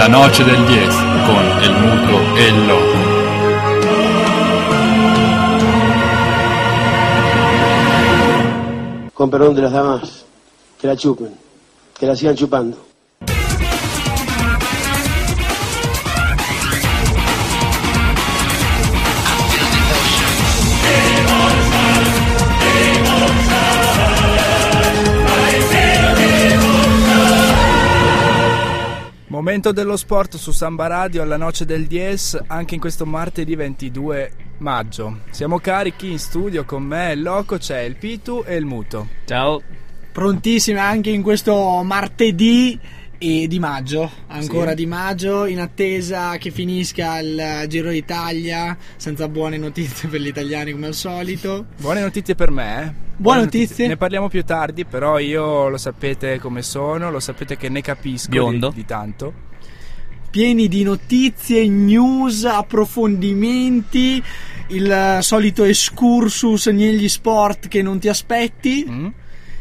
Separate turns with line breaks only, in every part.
La noche del 10 con el muto e el loco.
Con perdón de las damas, que la chupen, que la sigan chupando.
Momento dello sport su Samba Radio alla noce del 10, anche in questo martedì 22 maggio. Siamo carichi in studio, con me il Loco, c'è il Pitu e il Muto.
Ciao.
Prontissime anche in questo martedì di maggio, ancora
Sì.
di maggio, in attesa che finisca il Giro d'Italia, senza buone notizie per gli italiani come al solito.
Buone notizie per me, eh?
Buone notizie?
Ne parliamo più tardi, però io lo sapete come sono, lo sapete che ne capisco
Biondo.
di tanto.
Pieni di notizie, news, approfondimenti, il solito excursus negli sport che non ti aspetti.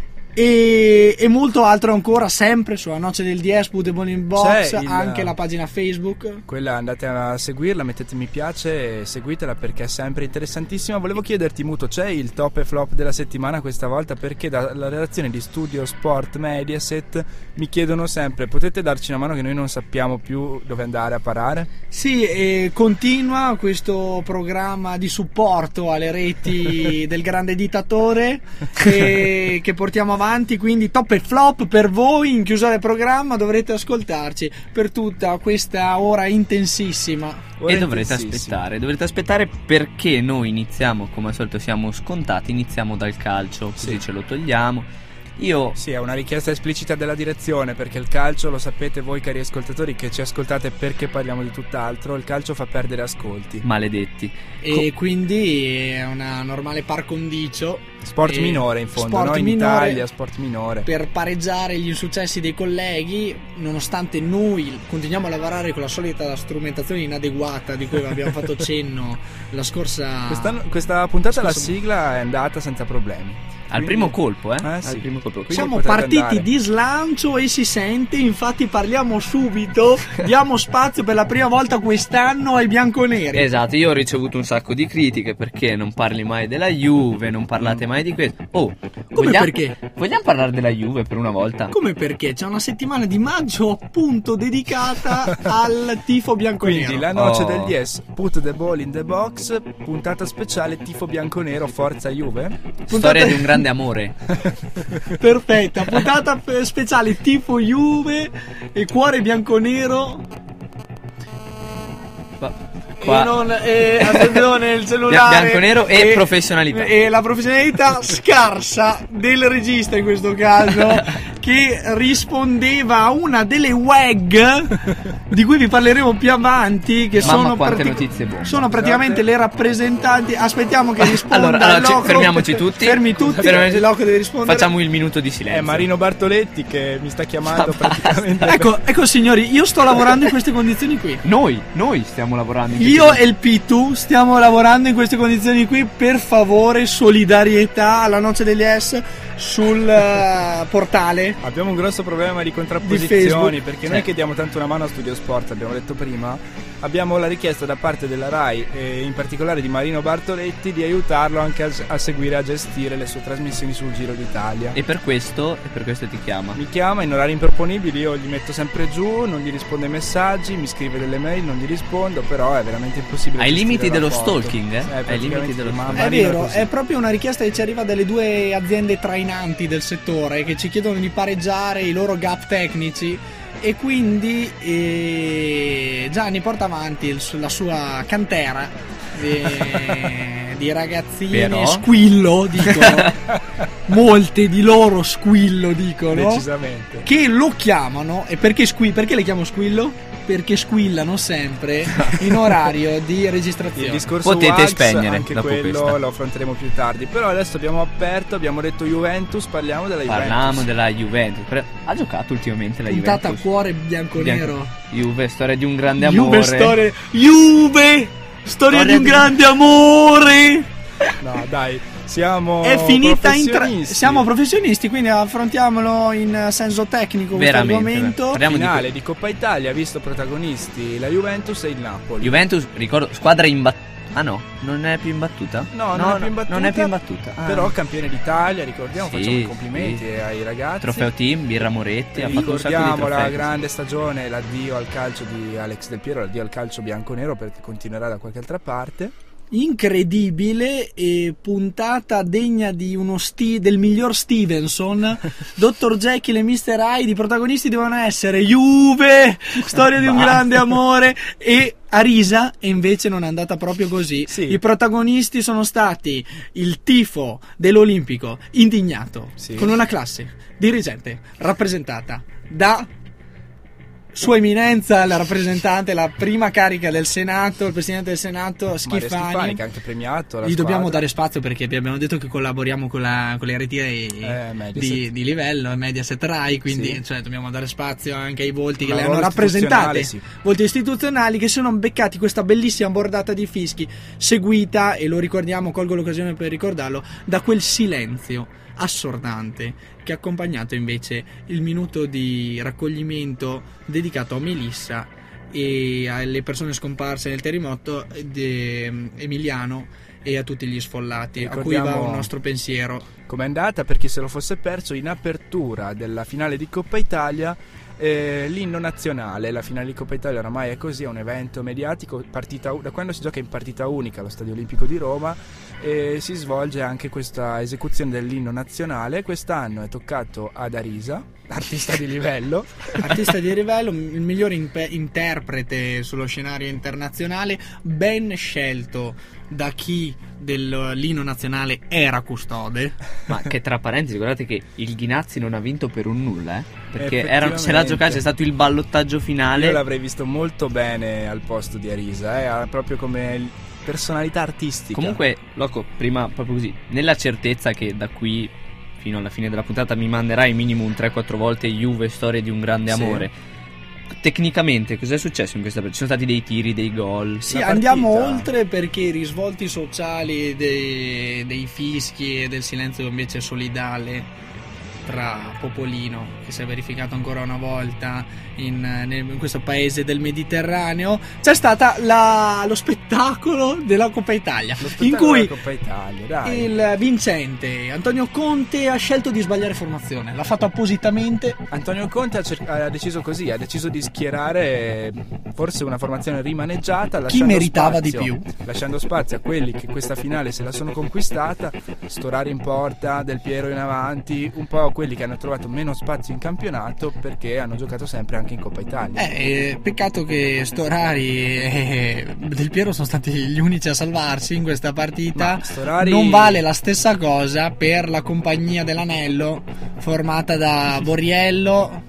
E molto altro ancora, sempre sulla noce del 10 Puteball in Box, anche la pagina Facebook.
Quella andate a seguirla, mettete mi piace e seguitela perché è sempre interessantissima. Volevo chiederti, Muto, c'è il top e flop della settimana questa volta? Perché dalla redazione di Studio Sport Mediaset mi chiedono sempre: potete darci una mano che noi non sappiamo più dove andare a parare?
Sì, e continua questo programma di supporto alle reti del grande dittatore che portiamo avanti, quindi top e flop per voi. In chiusura del programma dovrete ascoltarci per tutta questa ora intensissima.
E dovrete aspettare perché noi iniziamo, come al solito siamo scontati, iniziamo dal calcio, così ce lo togliamo.
Sì, è una richiesta esplicita della direzione, perché il calcio, lo sapete voi cari ascoltatori che ci ascoltate perché parliamo di tutt'altro, il calcio fa perdere ascolti.
Maledetti.
E quindi è una normale par condicio.
Sport minore in fondo, no? In Italia sport minore. Per
pareggiare gli insuccessi dei colleghi, nonostante noi continuiamo a lavorare con la solita strumentazione inadeguata di cui abbiamo fatto cenno la scorsa.
Questa puntata la sigla è andata senza problemi.
Al primo colpo,
sì.
Al primo colpo.
Siamo partiti di slancio e si sente, infatti parliamo subito, diamo spazio per la prima volta quest'anno ai bianconeri.
Esatto, io ho ricevuto un sacco di critiche perché non parli mai della Juve, non parlate mai di questo.
Perché?
Vogliamo parlare della Juve per una volta?
Come perché? C'è una settimana di maggio appunto dedicata al tifo bianconero.
Quindi la noce del 10, put the ball in the box, puntata speciale tifo bianconero, forza Juve.
Storia di un grande amore.
Perfetta, puntata speciale tifo Juve e cuore bianconero. Attenzione, il cellulare
bianconero e professionalità.
E la professionalità scarsa del regista in questo caso, che rispondeva a una delle WEG di cui vi parleremo più avanti, che sono
notizie buone.
Sono praticamente le rappresentanti. Aspettiamo che risponda.
Allora fermiamoci tutti.
Fermi tutti. Il Loco deve rispondere.
Facciamo il minuto di silenzio.
È Marino Bartoletti che mi sta chiamando praticamente.
Ecco signori, io sto lavorando in queste condizioni qui.
Noi stiamo lavorando
io e il Pitu stiamo lavorando in queste condizioni qui. Per favore, solidarietà alla noce degli S sul portale.
Abbiamo un grosso problema di contrapposizioni, perché noi che diamo tanto una mano a Studio Sport, abbiamo detto prima, abbiamo la richiesta da parte della RAI e in particolare di Marino Bartoletti di aiutarlo anche a seguire, a gestire le sue trasmissioni sul Giro d'Italia.
E per questo ti chiama.
Mi chiama in orari improponibili, io gli metto sempre giù, non gli rispondo ai messaggi, mi scrive delle mail, non gli rispondo, però è veramente impossibile.
Ai limiti dello
stalking,
Ai limiti dello stalking.
È vero, è proprio una richiesta che ci arriva dalle due aziende trainanti del settore che ci chiedono di pareggiare i loro gap tecnici, e quindi Gianni porta avanti la sua cantera di ragazzine squillo, dicono. Molte di loro squillo, dicono.
Decisamente.
Che lo chiamano. E perché le chiamo squillo? Perché squillano sempre in orario di registrazione.
Il discorso
potete
WAGS,
spegnere
anche
dopo
quello
questa.
lo affronteremo più tardi. Però adesso abbiamo detto Juventus, parliamo della
Juventus. Ha giocato ultimamente la
puntata
Juventus.
cuore bianconero.
Juve, storia di un grande amore.
Juve, storia di un grande amore.
No, dai, Siamo
è finita
professionisti.
siamo professionisti, quindi affrontiamolo in senso tecnico questo argomento.
Parliamo
Finale di Coppa Italia ha visto protagonisti la Juventus e il Napoli.
Juventus, ricordo, squadra imbattuta. Ah no, non è più imbattuta?
No, non è più imbattuta.
Ah.
Però campione d'Italia, ricordiamo,
Sì,
facciamo i complimenti
sì.
ai ragazzi.
Trofeo team, Birra Moretti, ha fatto un sacco di
Ricordiamo la
trofei.
grande stagione, l'addio al calcio di Alex Del Piero, l'addio al calcio bianco-nero, perché continuerà da qualche altra parte.
Incredibile e puntata degna di del miglior Stevenson. Dr. Jekyll e Mr. Hyde, i protagonisti devono essere Juve, storia di un grande amore, e Arisa, e invece non è andata proprio così.
Sì.
I protagonisti sono stati il tifo dell'Olimpico indignato,
Sì.
con una classe dirigente rappresentata da Sua Eminenza, la rappresentante, la prima carica del Senato, il presidente del Senato,
Mario
Schifani,
che ha anche premiato la
gli dobbiamo
squadra.
dare spazio perché abbiamo detto che collaboriamo con le reti
Mediaset.
di livello, Mediaset Rai, quindi
Sì.
cioè, dobbiamo dare spazio anche ai volti che
Una
le hanno
ruolo
rappresentate,
istituzionale, sì.
volti istituzionali che sono beccati questa bellissima bordata di fischi seguita, e lo ricordiamo, colgo l'occasione per ricordarlo, da quel silenzio assordante che ha accompagnato invece il minuto di raccoglimento dedicato a Melissa e alle persone scomparse nel terremoto di Emiliano e a tutti gli sfollati, a cui va
Ricordiamo
un nostro pensiero.
Com'è andata, per chi se lo fosse perso, in apertura della finale di Coppa Italia, l'inno nazionale. La finale di Coppa Italia oramai è così, è un evento mediatico, da quando si gioca in partita unica allo Stadio Olimpico di Roma, e si svolge anche questa esecuzione dell'inno nazionale. Quest'anno è toccato ad Arisa, artista di livello.
Artista di livello, il migliore interprete sullo scenario internazionale, ben scelto da chi dell'inno nazionale era custode.
Ma che tra parentesi, guardate che il Ghinazzi non ha vinto per un nulla, perché
Effettivamente.
se la giocata, c'è stato il ballottaggio finale.
Io l'avrei visto molto bene al posto di Arisa, ha proprio come personalità artistica.
Comunque, Loco, prima proprio così, nella certezza che da qui fino alla fine della puntata mi manderai minimo un 3-4 volte Juve, storia di un grande
Sì.
amore. Tecnicamente cos'è successo in questa partita? Ci sono stati dei tiri, dei gol?
Sì,
La
andiamo
partita-
oltre, perché i risvolti sociali dei fischi e del silenzio invece solidale tra popolino, che si è verificato ancora una volta in questo paese del Mediterraneo, c'è stata lo spettacolo della Coppa Italia,
Lo
in
spettacolo
cui
della Coppa Italia, dai.
il vincente Antonio Conte ha scelto di sbagliare formazione, l'ha fatto appositamente.
Antonio Conte ha deciso così, ha deciso di schierare forse una formazione rimaneggiata, lasciando
meritava
spazio,
di più.
lasciando spazio a quelli che questa finale se la sono conquistata, Storari in porta, Del Piero in avanti, un po' quelli che hanno trovato meno spazio in campionato perché hanno giocato sempre anche in Coppa Italia.
Peccato che Storari e Del Piero sono stati gli unici a salvarsi in questa partita.
Ma Storari-
Non vale la stessa cosa per la compagnia dell'anello, formata da Borriello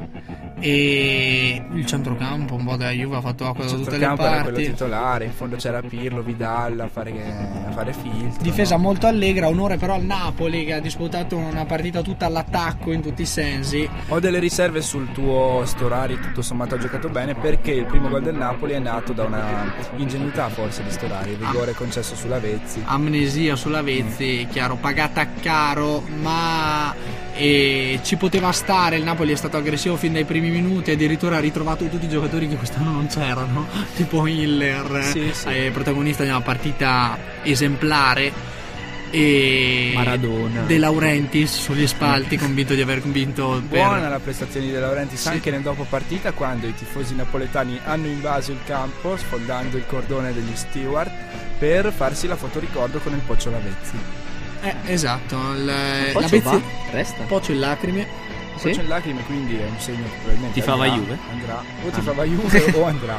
e il centrocampo un po' della Juve ha fatto acqua da
Il
tutte le
centrocampo era quello
parti.
titolare, in fondo c'era Pirlo, Vidal a fare filtro.
Difesa
no?
molto allegra, onore però al Napoli, che ha disputato una partita tutta all'attacco in tutti i sensi.
Ho delle riserve sul tuo Storari, tutto sommato ha giocato bene, perché il primo gol del Napoli è nato da una ingenuità forse di Storari, il rigore concesso sulla Vezzi.
Amnesia sulla Vezzi, chiaro, pagata caro, ma ci poteva stare. Il Napoli è stato aggressivo fin dai primi minuti, addirittura ha ritrovato tutti i giocatori che quest'anno non c'erano, tipo Hiller,
Sì.
protagonista di una partita esemplare, e
Maradona.
De Laurentiis sugli spalti, convinto di aver vinto
Buona la prestazione di De Laurentiis,
Sì.
anche nel dopo partita, quando i tifosi napoletani hanno invaso il campo sfondando il cordone degli steward per farsi la fotoricordo con il Pocio Lavezzi.
esatto, la
Poi
Vezzi,
resta.
Pocio in lacrime.
Sì?
Pocio in lacrime, quindi è un segno che probabilmente
Tifava
andrà,
Juve?
andrà. O tifava Juve o andrà.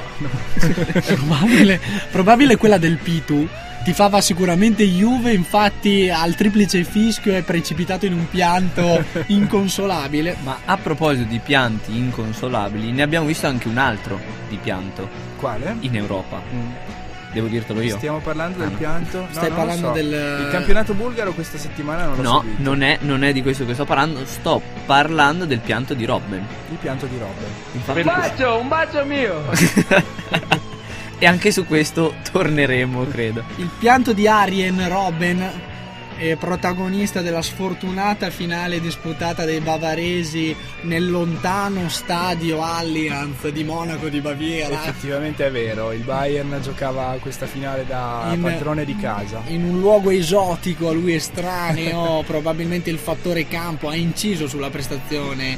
Probabile quella del Pitu. Tifava sicuramente Juve, infatti al triplice fischio è precipitato in un pianto inconsolabile.
Ma a proposito di pianti inconsolabili, ne abbiamo visto anche un altro di pianto
Quale?
in Europa.
Mm.
Devo dirtelo io?
Stiamo parlando del
no.
pianto? No,
Stai
non lo
parlando
so.
del-
Il campionato bulgaro questa settimana non l'ho
No,
seguito.
non è di questo che sto parlando. Sto parlando del pianto di Robben.
Il pianto di Robben.
Infatti,
un bacio mio!
e anche su questo torneremo, credo.
Il pianto di Arjen Robben protagonista della sfortunata finale disputata dai bavaresi nel lontano stadio Allianz di Monaco di Baviera.
Effettivamente è vero, il Bayern giocava questa finale da padrone di casa
in un luogo esotico, a lui estraneo. Probabilmente il fattore campo ha inciso sulla prestazione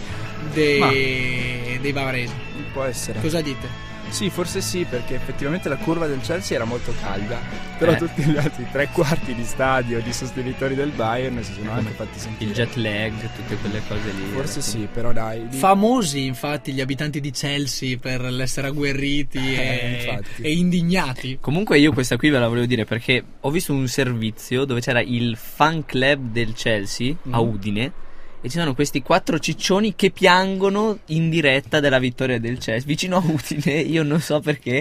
dei bavaresi.
Può essere.
Cosa dite?
Sì, forse sì, perché effettivamente la curva del Chelsea era molto calda, però tutti gli altri 3/4 di stadio di sostenitori del Bayern si sono anche fatti sentire.
Il jet lag, tutte quelle cose lì.
Forse sì, però dai.
Famosi infatti gli abitanti di Chelsea per l'essere agguerriti e indignati.
Comunque io questa qui ve la volevo dire perché ho visto un servizio dove c'era il fan club del Chelsea a Udine. E ci sono questi 4 ciccioni che piangono in diretta della vittoria del Chelsea vicino a Udine, io non so perché.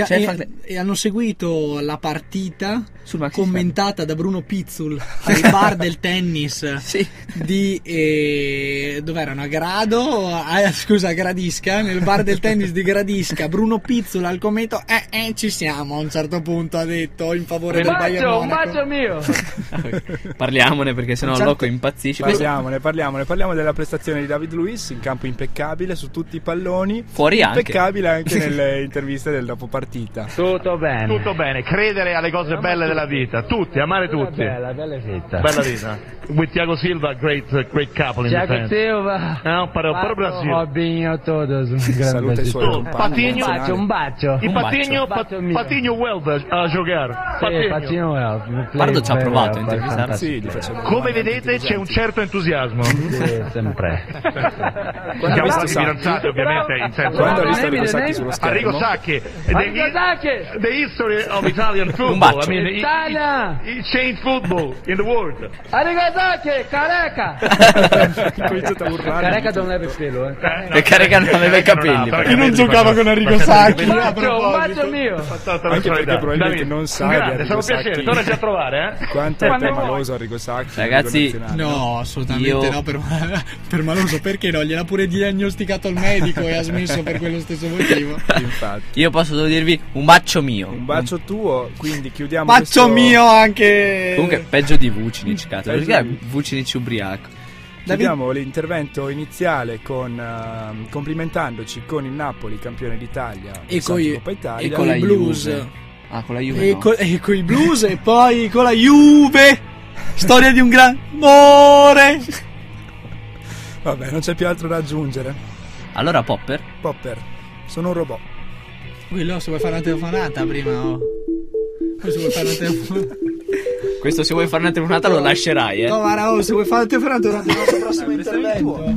E hanno seguito la partita commentata da Bruno Pizzul al bar del tennis di dove erano? A Grado? Scusa, a Gradisca, nel bar del tennis di Gradisca. Bruno Pizzul al commento ci siamo, a un certo punto ha detto in favore del Bayern Monaco.
Un bacio mio.
Parliamone perché sennò il loco impazzisce.
Parliamo della prestazione di David Luiz, in campo impeccabile su tutti i palloni,
fuori
impeccabile anche nelle interviste del dopo partita.
Tutto bene, credere alle cose belle della vita, tutti, amare tutti. Bella vita. With Thiago Silva, great couple in
Thiago
defense.
Silva.
No, para o Brasil.
Robinho, todos.
Saluta i suoi compagni.
Patinho.
Un bacio.
E Patinho vuelve a giocare.
Patinho vuelve.
Guardo ci ha provato a intervistare.
Sì,
come vedete c'è un certo entusiasmo.
Sempre.
Quando ha visto
fidanzati ovviamente in senso.
Quando ha visto Arrigo Sacchi sullo schermo.
Arrigo Sacchi, the history of Italian football. I mean,
Italia.
he changed football in the world.
Arrigo Sacchi, careca.
Cominciato a urlare.
Careca non aveva il pelo,
E Careca non aveva i capelli.
Chi non giocava con Arrigo Sacchi?
Un bacio mio.
Anche perché probabilmente non sa di Arrigo Sacchi.
Tornaci a trovare,
quanto è maloso Arrigo Sacchi.
Ragazzi,
no, assolutamente no, per maloso, perché no? Gliel'ha pure diagnosticato il medico e ha smesso per quello stesso motivo.
Infatti.
Io posso solo dirvi un bacio mio.
Un bacio tuo, quindi chiudiamo
bacio mio anche.
Comunque peggio di Vucinic, cazzo. Perché è Vucinic ubriaco.
Chiudiamo l'intervento iniziale complimentandoci con il Napoli, campione d'Italia
e con
la
Blues.
Con la Juve
e con i Blues e poi con la Juve. Storia di un gran amore.
Vabbè, non c'è più altro da aggiungere.
Allora Popper,
sono un robot.
Quello se vuoi fare una telefonata prima
Questo se vuoi fare una telefonata lo lascerai,
No, ma se vuoi fare una telefonata durante il nostro prossimo intervento.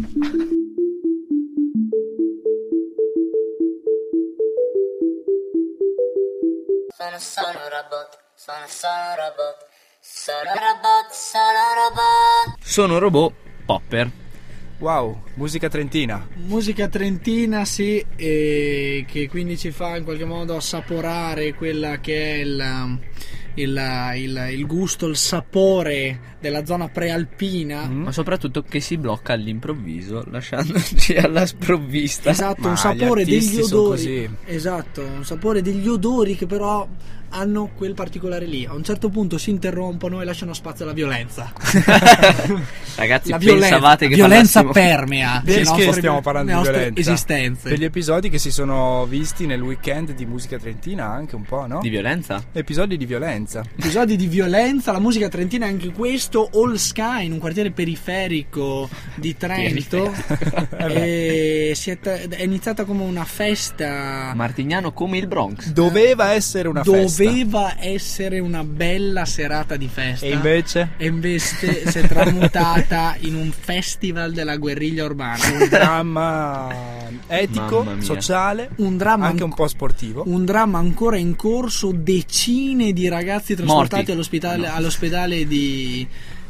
Sono robot Popper.
Wow, musica trentina.
Musica trentina, sì, e che quindi ci fa in qualche modo assaporare quella che è il gusto, il sapore della zona prealpina.
Ma soprattutto che si blocca all'improvviso, lasciandoci alla sprovvista.
Esatto, un sapore degli odori. Esatto, un sapore degli odori che però hanno quel particolare lì. A un certo punto si interrompono e lasciano spazio alla violenza.
Ragazzi,
la
pensavate che
violenza permea
perché stiamo parlando di violenza?
Esistenze.
Per gli episodi che si sono visti nel weekend di musica trentina, anche un po', no?
Di violenza?
Episodi di violenza.
La musica trentina è anche questo. All Sky, in un quartiere periferico di Trento. È iniziata come una festa.
Martignano come il Bronx.
Doveva essere una festa.
Doveva essere una bella serata di festa.
E invece
si è tramutata in un festival della guerriglia urbana.
Un dramma etico, sociale,
un dramma
anche un po' sportivo.
Un dramma ancora in corso, decine di ragazzi trasportati all'ospedale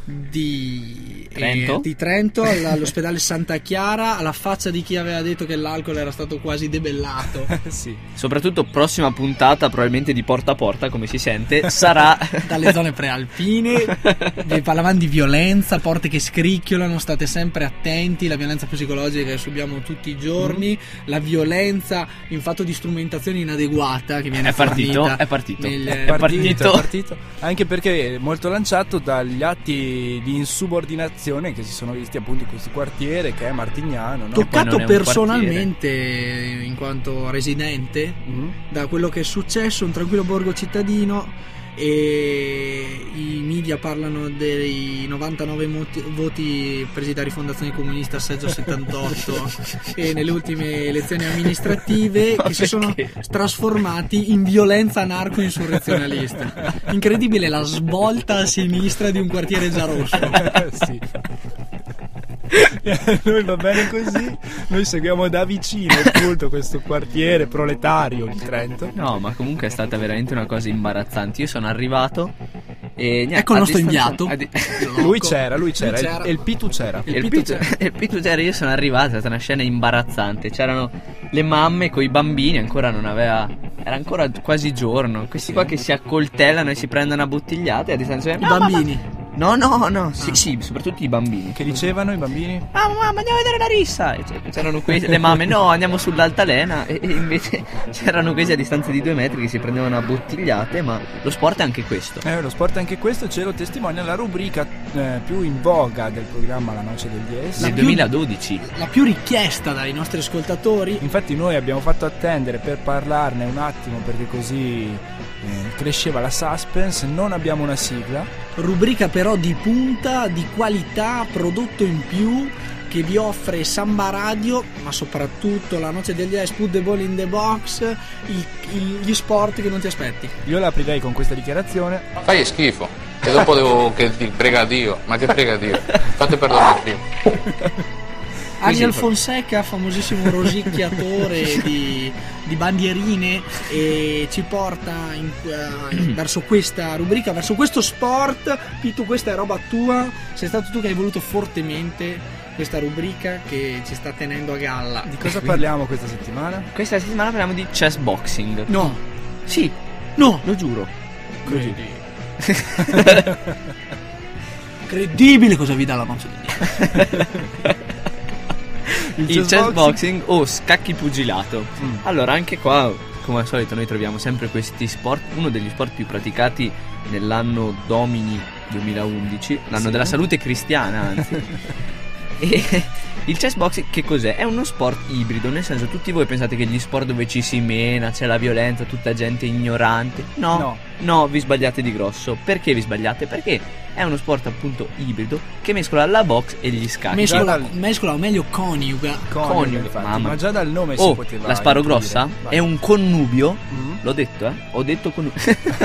di
Trento?
all'ospedale Santa Chiara, alla faccia di chi aveva detto che l'alcol era stato quasi debellato.
Sì.
Soprattutto prossima puntata, probabilmente di porta a porta, come si sente, sarà
dalle zone prealpine. Parlavamo di violenza, porte che scricchiolano, state sempre attenti, la violenza psicologica che subiamo tutti i giorni, la violenza in fatto di strumentazione inadeguata che viene
è partito.
È partito. Anche perché è molto lanciato dagli atti di insubordinazione che si sono visti appunto in questo quartiere che è Martignano, no?
Toccato personalmente in quanto residente da quello che è successo, un tranquillo borgo cittadino, e i media parlano dei 99 voti presi da Rifondazione Comunista Seggio 78 e nelle ultime elezioni amministrative che si sono trasformati in violenza anarco-insurrezionalista. Incredibile la svolta a sinistra di un quartiere già rosso.
Sì. Noi va bene così, noi seguiamo da vicino appunto questo quartiere proletario di Trento.
No, ma comunque è stata veramente una cosa imbarazzante. Io sono arrivato e niente,
ecco il nostro inviato.
Lui c'era. E il Pitu c'era.
Il Pitu c'era, io sono arrivato, è stata una scena imbarazzante. C'erano le mamme coi bambini, era ancora quasi giorno. Questi qua che si accoltellano e si prendono a bottigliate a distanza.
I bambini.
No, sì, soprattutto i bambini.
Che dicevano i bambini?
Mamma, andiamo a vedere la rissa. E c'erano queste, le mamme, no, andiamo sull'altalena. E invece c'erano questi a distanza di 2 metri che si prendevano a bottigliate. Ma lo sport è anche questo.
Lo sport è anche questo, ce lo testimonia la rubrica più in voga del programma La Noce del DS
nel 2012.
La più richiesta dai nostri ascoltatori.
Infatti noi abbiamo fatto attendere per parlarne un attimo, perché così cresceva la suspense. Non abbiamo una sigla.
Rubrica però di punta, di qualità, prodotto in più che vi offre Samba Radio, ma soprattutto La Noce del DS, Put the Ball in the Box, gli sport che non ti aspetti.
Io la aprirei con questa dichiarazione:
fai schifo e dopo devo che ti prega Dio. Ma che prega Dio? Fate perdonare prima.
Ariel Fonseca, famosissimo rosicchiatore di bandierine, e ci porta verso questa rubrica, verso questo sport. Pitu, questa è roba tua, sei stato tu che hai voluto fortemente questa rubrica che ci sta tenendo a galla.
Di cosa parliamo questa settimana?
Questa settimana parliamo di chess boxing.
No.
Sì.
No.
Lo giuro.
Incredibile cosa vi dà la Noce del
il chess boxing o scacchi pugilato. Allora, anche qua, come al solito, noi troviamo sempre questi sport. Uno degli sport più praticati nell'anno Domini 2011, l'anno della salute cristiana, anzi. E il chess boxing che cos'è? È uno sport ibrido, nel senso, tutti voi pensate che gli sport dove ci si mena, c'è la violenza, tutta gente ignorante. No, vi sbagliate di grosso. Perché vi sbagliate? Perché è uno sport appunto ibrido che mescola la box e gli scacchi.
Mescola o meglio coniuga.
Ma già dal nome si poteva.
La sparo grossa? È un connubio. L'ho detto, Ho detto connubio.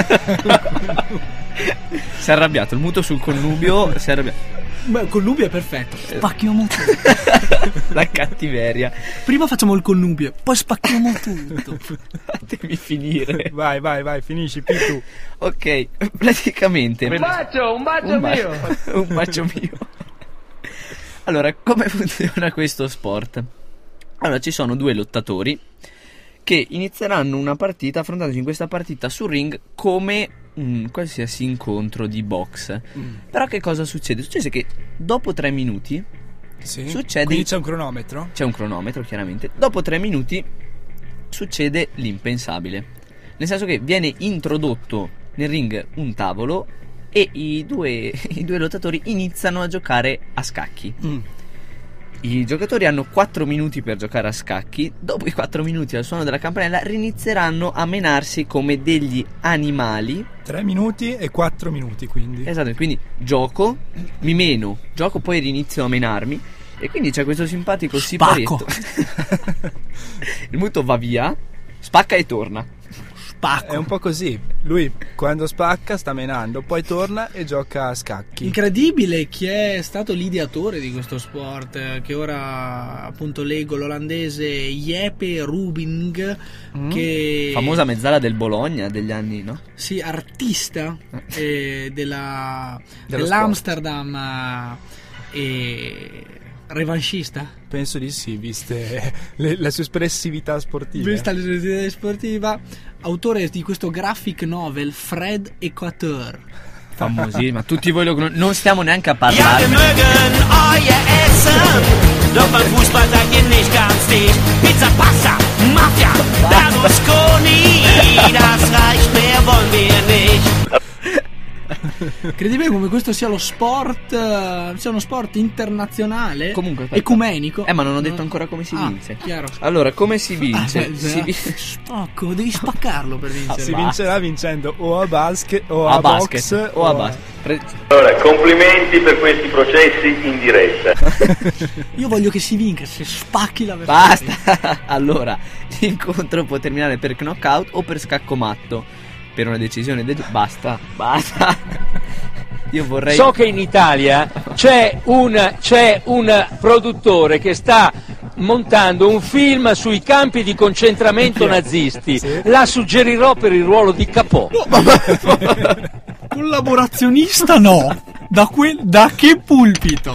Si è arrabbiato, il muto sul connubio si è arrabbiato.
Beh, il connubio è perfetto. Spacchiamo tutto.
La cattiveria.
Prima facciamo il connubio, poi spacchiamo tutto.
Fatemi finire.
Vai, finisci più tu.
Ok, praticamente
un bacio mio.
Un bacio mio. Allora, come funziona questo sport? Allora, ci sono 2 lottatori che inizieranno una partita affrontandosi in questa partita sul ring come un qualsiasi incontro di box. Però che cosa succede? Succede che dopo 3 minuti succede.
Quindi c'è un cronometro?
C'è un cronometro, chiaramente. Dopo 3 minuti succede l'impensabile. Nel senso che viene introdotto nel ring un tavolo e i due lottatori iniziano a giocare a scacchi. I giocatori hanno 4 minuti per giocare a scacchi. Dopo i 4 minuti al suono della campanella inizieranno a menarsi come degli animali.
3 minuti e 4 minuti, quindi.
Esatto, quindi gioco, mi meno, gioco, poi rinizio a menarmi. E quindi c'è questo simpatico siparietto. Il muto va via, spacca e torna.
spacco.
È un po' così. Lui quando spacca sta menando, poi torna e gioca a scacchi.
Incredibile chi è stato l'ideatore di questo sport, che ora appunto leggo, l'olandese Jeppe Rubing, che
famosa mezzala del Bologna degli anni, no?
sì, artista
Dello
dell'Amsterdam e revanchista.
Penso di sì, viste la sua espressività sportiva.
Vista l'espressione sportiva, autore di questo graphic novel Fred Equateur.
Famosissima, ma tutti voi lo conoscete, non stiamo neanche a
Ja,
parlare.
wir mögen euer Essen, doch beim Fußball seid ihr nicht ganz dicht. Pizza, Pasta, Mafia, Berlusconi, das reicht, mehr wollen wir nicht.
Credibile come questo sia lo sport, sia uno sport internazionale,
Comunque,
ecumenico.
Ma non ho detto ancora come si vince.
Chiaro.
Allora, come si vince?
Spacco, devi spaccarlo per vincere.
Si vincerà vincendo o a basket o
a
a
basket
box
o a basket.
Allora, complimenti per questi processi in diretta.
Io voglio che si vinca, se spacchi la versione.
Basta. Allora, l'incontro può terminare per knockout o per scaccomatto. Per una decisione basta. Io vorrei.
So che in Italia c'è un produttore che sta montando un film sui campi di concentramento nazisti.
Sì.
La suggerirò per il ruolo di Capò.
Collaborazionista no. Da che pulpito?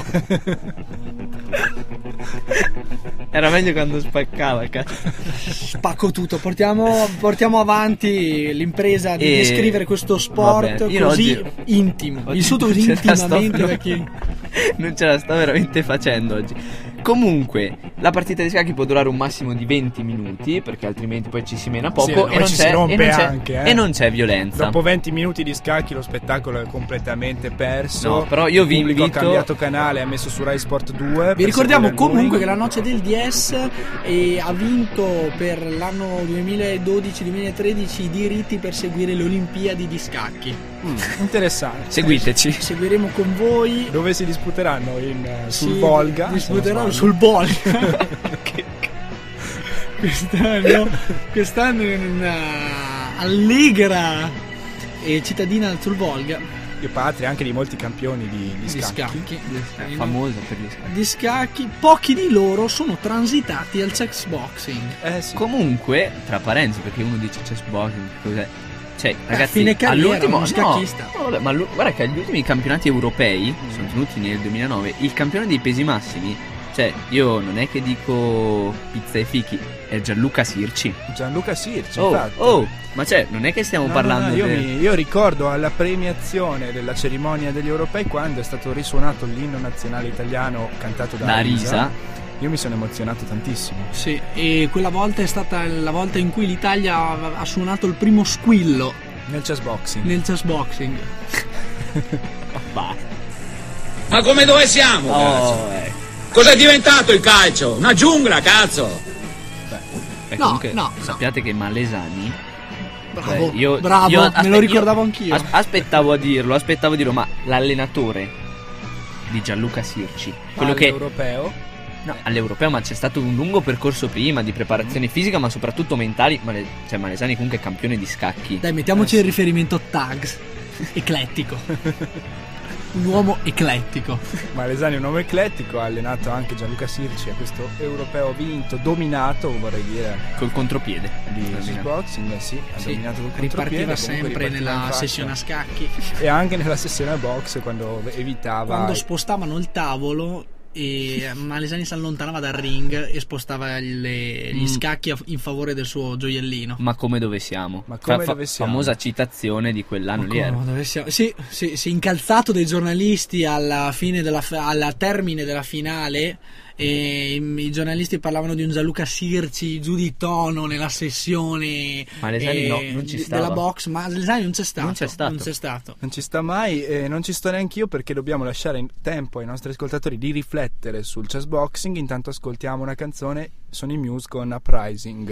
Era meglio quando spaccava, cazzo.
Spacco tutto. Portiamo avanti l'impresa di descrivere questo sport.
Vabbè, io
così
oggi
intimo. Vissuto così
non ce la sto
intimamente da
proprio-
chi.
Non ce la sto veramente facendo oggi. Comunque, la partita di scacchi può durare un massimo di 20 minuti, perché altrimenti poi ci si mena poco
Sì,
e,
poi
non
ci
c'è,
si rompe
e non c'è-
anche,
e non c'è violenza.
Dopo 20 minuti di scacchi lo spettacolo è completamente perso.
No, però io vi
Il pubblico
invito-
ha cambiato canale, ha messo su Rai Sport 2.
Vi ricordiamo
per seguire il
comunque
bowling.
che la Noce del DS ha vinto per l'anno 2012-2013 i diritti per seguire le Olimpiadi di scacchi.
Interessante.
Seguiteci.
Seguiremo con voi.
Dove si disputeranno sul
Sì,
Volga.
disputeranno
se non
sul Volga. quest'anno in una allegra cittadina sul Volga
sbaglio. Io patria anche di molti campioni di
di
scacchi.
scacchi.
Famosa per gli scacchi.
Di scacchi, pochi di loro sono transitati al chess boxing.
Sì.
Comunque, tra parentesi, perché uno dice chess boxing, cos'è? Cioè, ragazzi,
fine carriera,
all'ultimo
uno scacchista.
No, vabbè, ma guarda che agli ultimi campionati europei sono tenuti nel 2009, il campione dei pesi massimi, cioè, io non è che dico pizza e fichi, è Gianluca Sirci.
Gianluca Sirci, infatti.
Ma cioè, non è che stiamo
No,
parlando
no,
di...
io ricordo alla premiazione della cerimonia degli europei quando è stato risuonato l'inno nazionale italiano cantato da Risa. Io mi sono emozionato tantissimo.
Sì, e quella volta è stata la volta in cui l'Italia ha suonato il primo squillo
Nel chess boxing.
nel chess boxing.
Ma come dove siamo, cazzo? Cos'è diventato il calcio? Una giungla, cazzo!
Beh,
No,
comunque,
no,
sappiate che Malesani...
Bravo,
Beh,
bravo, me lo ricordavo anch'io.
Aspettavo a dirlo, ma l'allenatore di Gianluca Sirci, quello che...
Europeo.
No, all'europeo, ma c'è stato un lungo percorso prima di preparazione fisica, ma soprattutto mentali. Cioè, Malesani comunque è campione di scacchi.
Dai, mettiamoci il riferimento tags. Eclettico. Un uomo eclettico.
Malesani è un uomo eclettico, ha allenato anche Gianluca Sirci a questo europeo vinto, dominato, vorrei dire,
Col contropiede
di kickboxing, sì, ha dominato col contropiede.
Ripartiva
comunque
sempre
ripartiva in
nella
faccia.
sessione a scacchi.
E anche nella sessione a box quando evitava.
Quando spostavano il tavolo e Malesani si allontanava dal ring e spostava gli scacchi in favore del suo gioiellino.
Ma come dove siamo?
Ma come dove siamo?
Famosa citazione di quell'anno lì era.
Dove siamo? Sì, incalzato dai giornalisti alla fine al termine della finale. E i giornalisti parlavano di un Gianluca Sirci giù di tono nella sessione
Malesani no, non ci stava.
della box. Ma Malesani non c'è stato.
Non c'è stato.
Non ci sta mai e non ci sto neanche io, perché dobbiamo lasciare tempo ai nostri ascoltatori di riflettere sul chess boxing. Intanto ascoltiamo una canzone, sono i Muse con Uprising.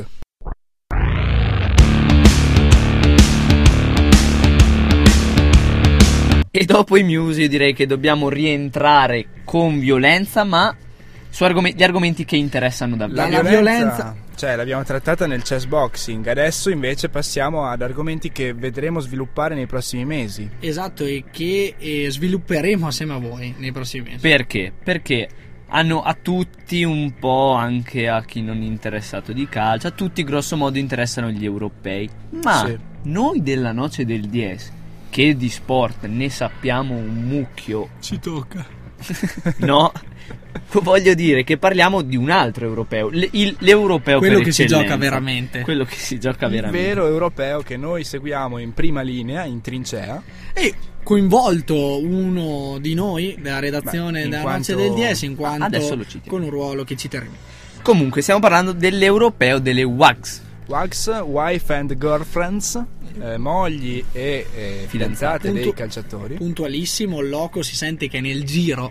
E dopo i Muse io direi che dobbiamo rientrare con violenza, ma su gli argomenti che interessano davvero.
La violenza
Cioè, l'abbiamo trattata nel chess boxing. Adesso invece passiamo ad argomenti che vedremo sviluppare nei prossimi mesi.
Esatto, e che svilupperemo assieme a voi nei prossimi mesi.
Perché? Perché hanno a tutti un po', anche a chi non è interessato di calcio, a tutti grosso modo interessano gli europei. Ma
Sì.
noi della Noce del Dies, che di sport ne sappiamo un mucchio,
Ci tocca.
no? Voglio dire che parliamo di un altro europeo, l'europeo
Quello
per
che si
eccellenza.
gioca veramente.
Quello che si gioca
Il
veramente.
vero europeo che noi seguiamo in prima linea, in trincea.
E coinvolto uno di noi della redazione
in
della
quanto-
Noce del DS, in quanto
Adesso lo citiamo.
con un ruolo che citeremo.
Comunque stiamo parlando dell'europeo delle WAGS.
WAGS, Wife and Girlfriends, mogli e fidanzate dei calciatori.
Puntualissimo, il loco si sente che è nel giro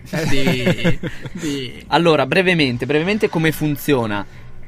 di...
Allora, brevemente come funziona?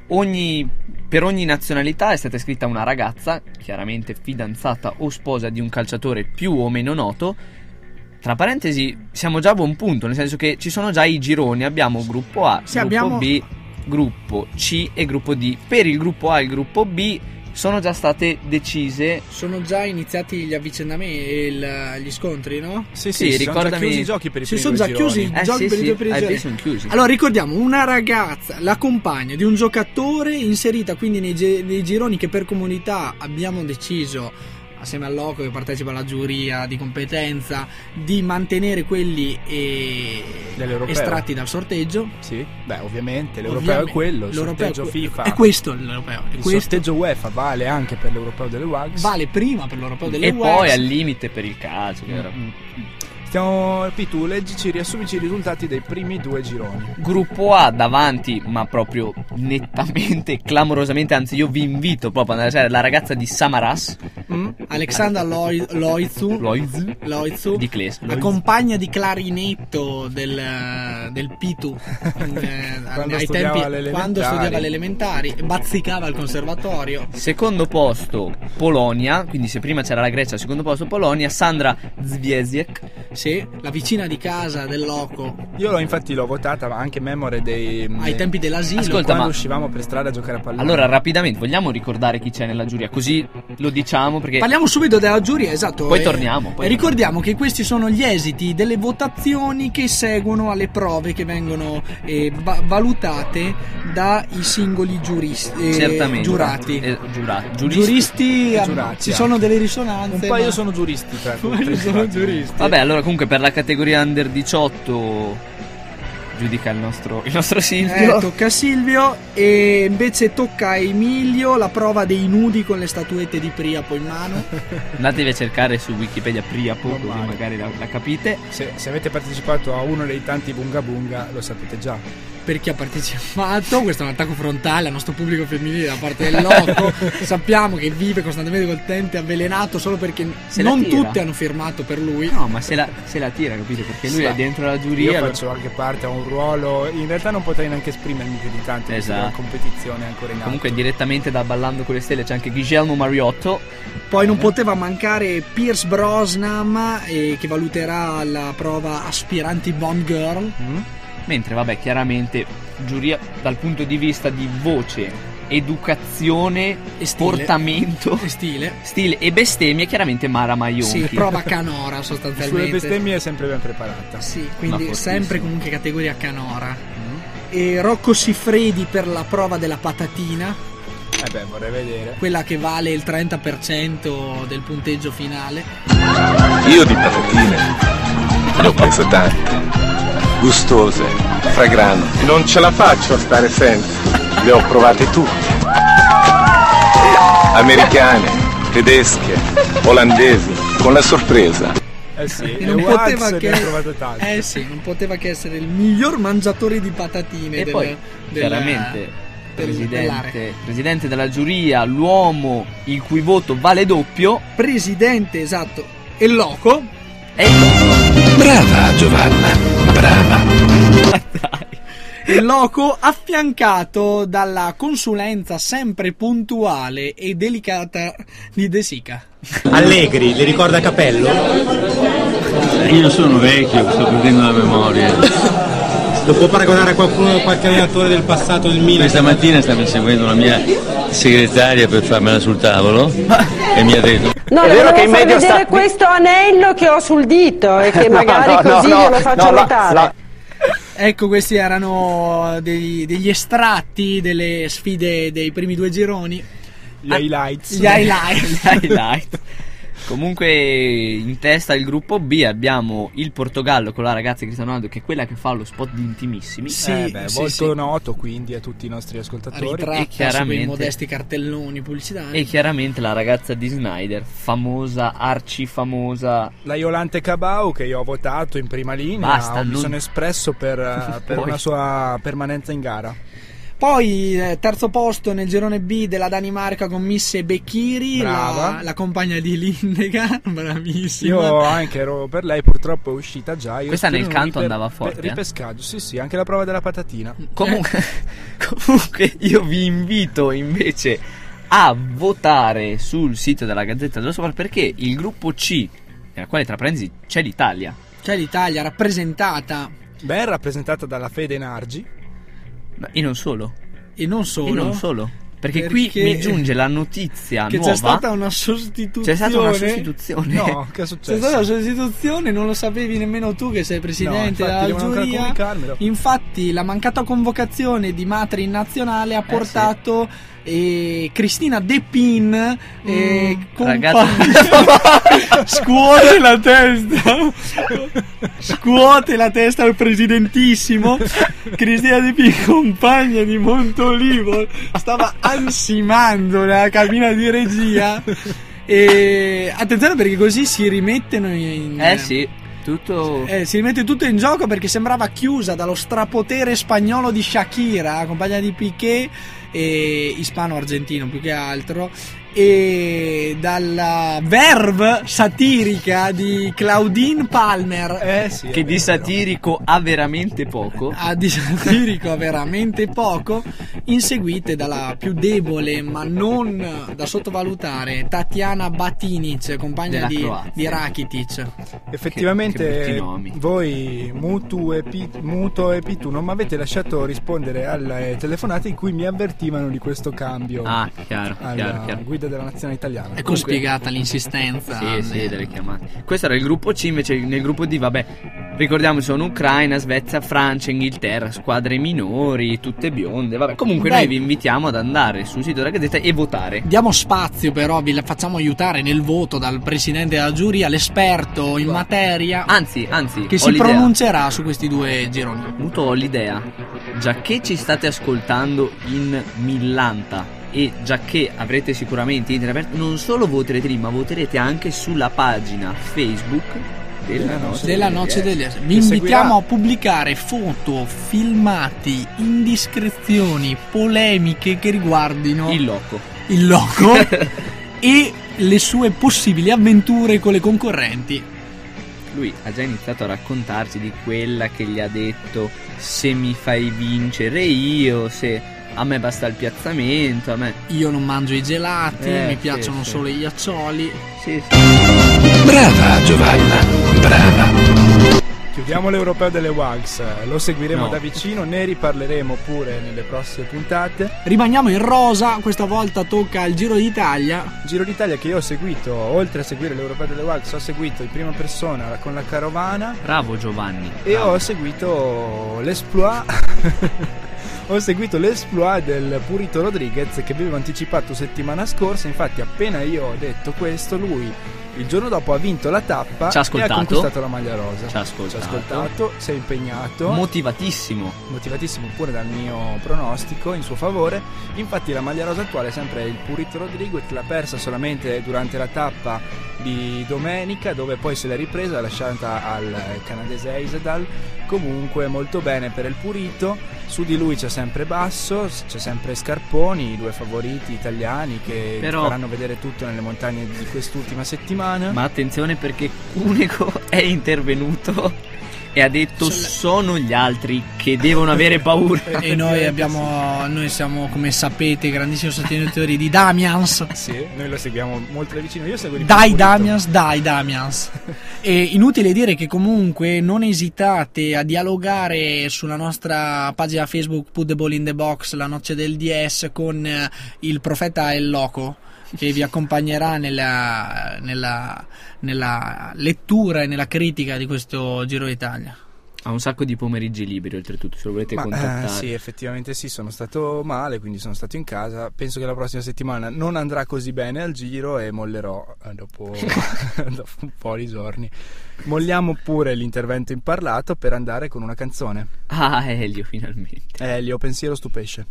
Per ogni nazionalità è stata iscritta una ragazza, chiaramente fidanzata o sposa di un calciatore più o meno noto. Tra parentesi, siamo già a buon punto, nel senso che ci sono già i gironi, abbiamo gruppo A,
Sì,
gruppo
abbiamo-
B, gruppo C e gruppo D. Per il gruppo A e il gruppo B sono già state decise.
Sono già iniziati gli avvicendamenti e gli scontri, no?
Sì,
Sì,
si sono già
ricordami-
chiusi i giochi per i
Si
primi
sono
due
già
gironi.
chiusi i giochi per i due primi gironi.
sono chiusi.
Allora ricordiamo, una ragazza, la compagna di un giocatore inserita quindi nei gironi che per comunità abbiamo deciso, assieme al loco che partecipa alla giuria di competenza, di mantenere quelli
Dell'europeo.
estratti dal sorteggio.
Sì, beh, ovviamente l'europeo
Ovviamente,
è quello, il
l'europeo
sorteggio
è que-
FIFA.
è questo l'europeo, è
Il
questo.
sorteggio UEFA vale anche per l'europeo delle WAGS.
Vale prima per l'europeo delle
E
WAGS.
poi al limite per il calcio, che era-
Tu leggici, riassumici i risultati dei primi due gironi.
Gruppo A davanti, ma proprio nettamente, clamorosamente, anzi io vi invito proprio ad andare a vedere la ragazza di Samaras,
Alexandra Loizu
di Kles.
la compagna di clarinetto del Pitu
Quando
ai
studiava
tempi,
alle
quando
elementari.
studiava alle elementari, bazzicava al conservatorio.
Secondo posto Polonia, quindi se prima c'era la Grecia, al secondo posto Polonia, Sandra Zviesiek.
Sì, la vicina di casa del loco
Io infatti l'ho votata anche memore
ai tempi dell'asilo.
Ascolta,
quando
ma-
uscivamo per strada a giocare a pallone.
Allora rapidamente, vogliamo ricordare chi c'è nella giuria? Così lo diciamo perché...
Parliamo subito della giuria, esatto.
Poi torniamo,
E ricordiamo che questi sono gli esiti delle votazioni che seguono alle prove che vengono valutate dai singoli
Certamente.
giurati.
Giuristi.
Giuristi,
Giurati,
ci sono
anche.
delle risonanze.
Un paio
ma-
sono giuristi tra
Un paio sono giuristi.
Vabbè, allora comunque per la categoria under 18 giudica il nostro Silvio.
Tocca a Silvio e invece tocca a Emilio la prova dei nudi con le statuette di Priapo in mano.
Andatevi a cercare su Wikipedia Priapo,
Non
così
male.
magari la capite.
Se avete partecipato a uno dei tanti bunga bunga lo sapete già.
Per chi ha partecipato, questo è un attacco frontale al nostro pubblico femminile da parte del loco. Sappiamo che vive costantemente col tente avvelenato solo perché
Se la
non
tira.
tutte hanno firmato per lui.
No, ma se la tira, capite? Perché lui
Sì.
è dentro la
Io
giuria.
faccio anche parte a un ruolo. In realtà non potrei neanche esprimermi più di tanto perché
Esatto.
la competizione è ancora in atto.
Comunque direttamente da Ballando con le Stelle c'è anche Guillermo Mariotto.
Poi non poteva mancare Pierce Brosnan che valuterà la prova aspiranti Bond Girl.
Mentre vabbè, chiaramente giuria dal punto di vista di voce, educazione,
E stile.
portamento,
E stile.
stile e bestemmie, chiaramente Mara Maionchi.
Sì, prova canora
Sulle
sostanzialmente.
bestemmie è sempre ben preparata.
Sì,
Ma
quindi
fortissimo.
sempre comunque categoria canora. E Rocco Siffredi per la prova della patatina,
Vorrei vedere.
quella che vale il 30% del punteggio finale.
Io di patatine ne ho prese tante, gustose, fragranti. Non ce la faccio a stare senza, le ho provate tutte. Americane, tedesche, olandesi, con la sorpresa.
Sì,
E
e
non
Wax
poteva
ne
che
ha trovato tante.
non poteva che essere il miglior mangiatore di patatine
E
del-
poi
della-
chiaramente
dell'area.
presidente della giuria, l'uomo il cui voto vale doppio,
Presidente, esatto, e loco.
Brava Giovanna, brava.
Il loco affiancato dalla consulenza sempre puntuale e delicata di De Sica.
Allegri, le ricorda Capello?
Io sono vecchio, sto perdendo la memoria. Lo può paragonare a qualcuno, qualche allenatore del passato del Milan?
Questa mattina stava seguendo la mia segretaria per farmela sul tavolo e mi ha detto...
No, le volevo far vedere questo anello che ho sul dito e che magari così glielo faccio notare.
Ecco, questi erano degli estratti delle sfide dei primi 2 gironi.
Gli highlights.
Gli highlight.
Comunque in testa il gruppo B abbiamo il Portogallo con la ragazza di Cristiano Ronaldo, che è quella che fa lo spot di Intimissimi.
Molto noto quindi a tutti i nostri ascoltatori.
E chiaramente
i modesti cartelloni pubblicitari.
E chiaramente la ragazza di Snyder, famosa, arcifamosa,
la Iolante Cabau, che io ho votato in prima linea. Mi sono espresso per una sua permanenza in gara.
Poi terzo posto nel girone B della Danimarca con Miss Bekiri, la compagna di Lindegan, bravissima.
Io anche ero per lei, purtroppo è uscita già.
Questa nel canto andava forte.
Ripescaggio, sì, anche la prova della patatina.
Comunque io vi invito invece a votare sul sito della Gazzetta dello Sport, perché il gruppo C, nella quale tra parentesi c'è l'Italia.
C'è l'Italia rappresentata.
Ben rappresentata dalla Fede Nargi.
E non solo. Perché qui mi giunge la notizia
che
nuova.
C'è stata una sostituzione.
No, che è successo?
C'è stata una sostituzione, non lo sapevi nemmeno tu che sei presidente della giuria. Infatti la mancata convocazione di Matri in nazionale ha portato Cristina De Pin scuote la testa al presidentissimo. Cristina De Pin, compagna di Montolivo, stava ansimando nella cabina di regia. E attenzione, perché così si rimettono
si
rimette tutto in gioco, perché sembrava chiusa dallo strapotere spagnolo di Shakira, compagna di Piqué, ispano-argentino più che altro, e dalla verve satirica di Claudine Palmer,
che di satirico ha veramente poco.
Inseguite dalla più debole ma non da sottovalutare Tatiana Batinic, compagna di Rakitic.
Effettivamente voi Muto e Pitu non mi avete lasciato rispondere alle telefonate in cui mi avvertivano di questo cambio.
Chiaro.
Guida della nazionale italiana.
Ecco spiegata l'insistenza.
Sì, delle chiamate. Questo era il gruppo C, invece nel gruppo D, ricordiamo, sono Ucraina, Svezia, Francia, Inghilterra, squadre minori, tutte bionde. Comunque noi vi invitiamo ad andare sul sito della Gazzetta e votare.
Diamo spazio, però vi facciamo aiutare nel voto dal presidente della giuria, l'esperto in materia.
Anzi,
che si pronuncerà su questi 2 gironi.
Ho l'idea, già che ci state ascoltando in millanta e già che avrete sicuramente internet aperto, non solo voterete lì, ma voterete anche sulla pagina Facebook della Noce degli Esseri.
Vi invitiamo a pubblicare foto, filmati, indiscrezioni, polemiche che riguardino
il loco
e le sue possibili avventure con le concorrenti.
Lui ha già iniziato a raccontarci di quella che gli ha detto: se mi fai vincere io, se a me basta il piazzamento, a me
io non mangio i gelati, mi piacciono solo i ghiaccioli.
Brava Giovanna, brava.
Chiudiamo l'Europeo delle WAGS, lo seguiremo da vicino, ne riparleremo pure nelle prossime puntate.
Rimaniamo in rosa, questa volta tocca al Giro d'Italia.
Giro d'Italia che io ho seguito, oltre a seguire l'Europeo delle WAGS, ho seguito in prima persona con la carovana.
Bravo Giovanni.
E ho seguito l'esploit del Purito Rodriguez, che avevo anticipato settimana scorsa. Infatti appena io ho detto questo, lui il giorno dopo ha vinto la tappa e ha conquistato la maglia rosa.
Ci ha ascoltato,
si è impegnato,
motivatissimo
pure dal mio pronostico in suo favore. Infatti la maglia rosa attuale è sempre il Purito Rodriguez, l'ha persa solamente durante la tappa di domenica, dove poi se l'è ripresa, lasciata al canadese Eisedal. Comunque molto bene per il Purito. Su di lui c'è sempre Basso, c'è sempre Scarponi, i 2 favoriti italiani che faranno vedere tutto nelle montagne di quest'ultima settimana.
Ma attenzione, perché Cunego è intervenuto e ha detto sono gli altri che devono avere paura.
E noi siamo, come sapete, grandissimi sostenitori di Damians.
Sì, noi lo seguiamo molto da vicino. Io seguo
Dai Damians. E inutile dire che comunque non esitate a dialogare sulla nostra pagina Facebook Put the Ball in the Box, la noce del DS, con il profeta El Loco, che vi accompagnerà nella lettura e nella critica di questo Giro d'Italia.
Ha un sacco di pomeriggi liberi, oltretutto, se lo volete contattare.
Sì, effettivamente sì, sono stato male, quindi sono stato in casa. Penso che la prossima settimana non andrà così bene al Giro e mollerò dopo un po' di giorni. Molliamo pure l'intervento in parlato per andare con una canzone.
Ah, Elio, finalmente.
Elio, pensiero stupesce.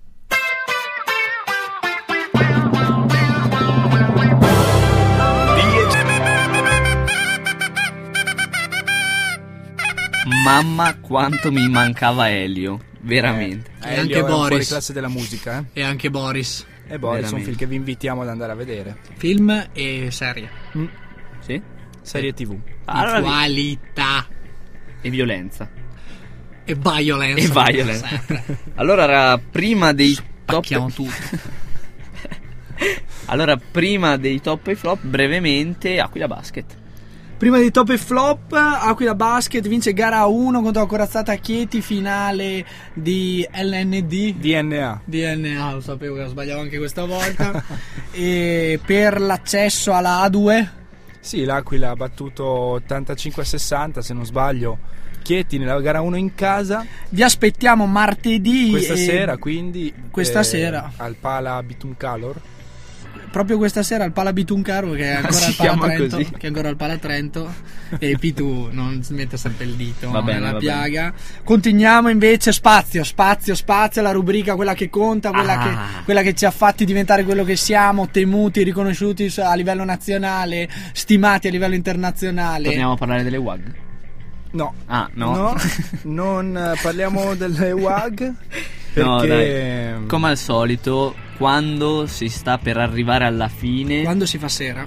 Mamma quanto mi mancava Elio, veramente.
E
Elio
anche
è un
Boris.
fuori classe della musica.
E anche Boris.
E Boris,
Veramente.
un film che vi invitiamo ad andare a vedere.
Film e serie.
Sì?
Serie TV.
Allora,
Qualità.
e violenza.
E violence.
Allora, prima dei
Spacchiamo tutto.
Allora, prima dei top e flop, brevemente, Aquila Basket.
Prima dei top e flop, Aquila Basket vince gara 1 contro la corazzata Chieti, finale di LND. DNA, lo sapevo che sbagliavo anche questa volta. E per l'accesso alla A2.
Sì, l'Aquila ha battuto 85-60, se non sbaglio, Chieti nella gara 1 in casa.
Vi aspettiamo martedì.
Questa sera, quindi.
Questa sera.
Al Pala Bitum Calor.
Proprio questa sera al Pala Bituncaro, che è ancora al Pala Trento, che è ancora al Pala Trento. E Pitu non mette sempre il dito nella piaga. Continuiamo invece spazio, la rubrica, quella che conta, quella che ci ha fatti diventare quello che siamo, temuti, riconosciuti a livello nazionale, stimati a livello internazionale.
Torniamo a parlare delle WAG?
No.
Ah, no.
Non parliamo delle WAG. Perché
No, dai. Come al solito, quando si sta per arrivare alla fine,
quando si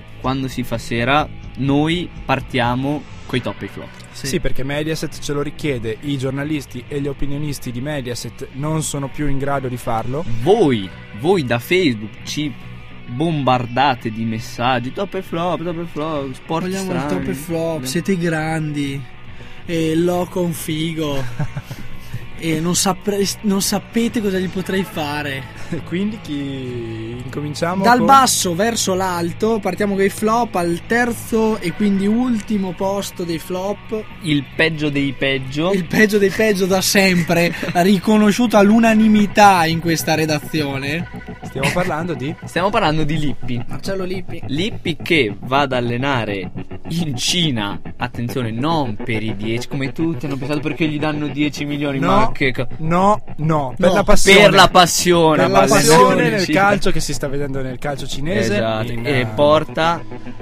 fa sera,
noi partiamo coi top e flop.
Sì, perché Mediaset ce lo richiede, i giornalisti e gli opinionisti di Mediaset non sono più in grado di farlo.
Voi da Facebook ci bombardate di messaggi, top e flop, sport
vogliamo
strani.
il top e flop, siete grandi e loco un figo. E non sapete cosa gli potrei fare.
Quindi incominciamo
dal basso verso l'alto. Partiamo con i flop. Al terzo e quindi ultimo posto dei flop,
il peggio dei peggio
da sempre, riconosciuto all'unanimità in questa redazione.
Stiamo parlando di
Lippi,
Marcello
Lippi che va ad allenare in Cina. Attenzione, non per i 10 come tutti hanno pensato, perché gli danno 10 milioni.
No, per la passione nel calcio che si sta vedendo nel calcio cinese.
Esatto. E porta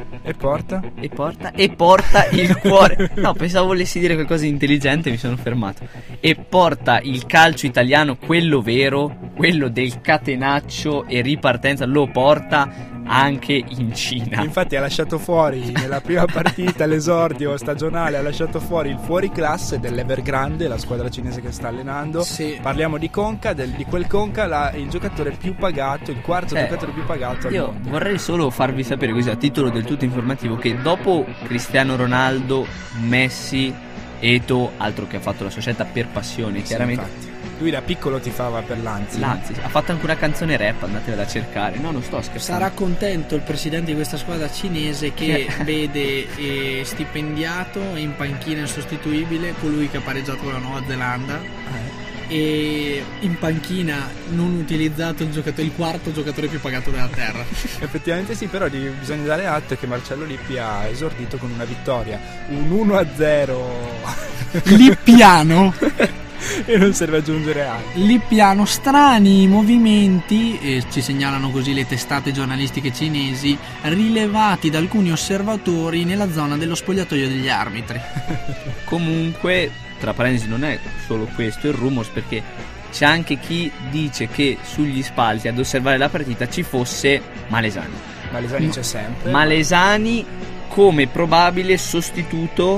il cuore. No, pensavo volessi dire qualcosa di intelligente, mi sono fermato. E porta il calcio italiano, quello vero, quello del catenaccio e ripartenza, lo porta anche in Cina.
Infatti ha lasciato fuori nella prima partita, l'esordio stagionale, ha lasciato fuori il fuoriclasse dell'Evergrande, la squadra cinese che sta allenando.
Sì.
Parliamo di Conca, di quel Conca, il giocatore più pagato, il quarto giocatore più pagato al mondo.
Io vorrei solo farvi sapere così a titolo del tutto informativo che dopo Cristiano Ronaldo, Messi, Eto'o, altro che ha fatto la sua scelta per passione, chiaramente.
Infatti. Lui da piccolo tifava per l'Anzi,
ha fatto anche una canzone rap, andatevela a cercare. No, non sto scherzando.
Sarà contento il presidente di questa squadra cinese che vede stipendiato e in panchina insostituibile colui che ha pareggiato con la Nuova Zelanda. E in panchina non utilizzato il quarto giocatore più pagato della terra.
Effettivamente sì, però bisogna dare atto che Marcello Lippi ha esordito con una vittoria, un 1-0
lippiano.
E non serve aggiungere altro.
Lippiano, strani movimenti, e ci segnalano così le testate giornalistiche cinesi, rilevati da alcuni osservatori nella zona dello spogliatoio degli arbitri.
Comunque, tra parentesi, non è solo questo il rumors, perché c'è anche chi dice che sugli spalti ad osservare la partita ci fosse Malesani.
Malesani c'è sempre.
Malesani come probabile sostituto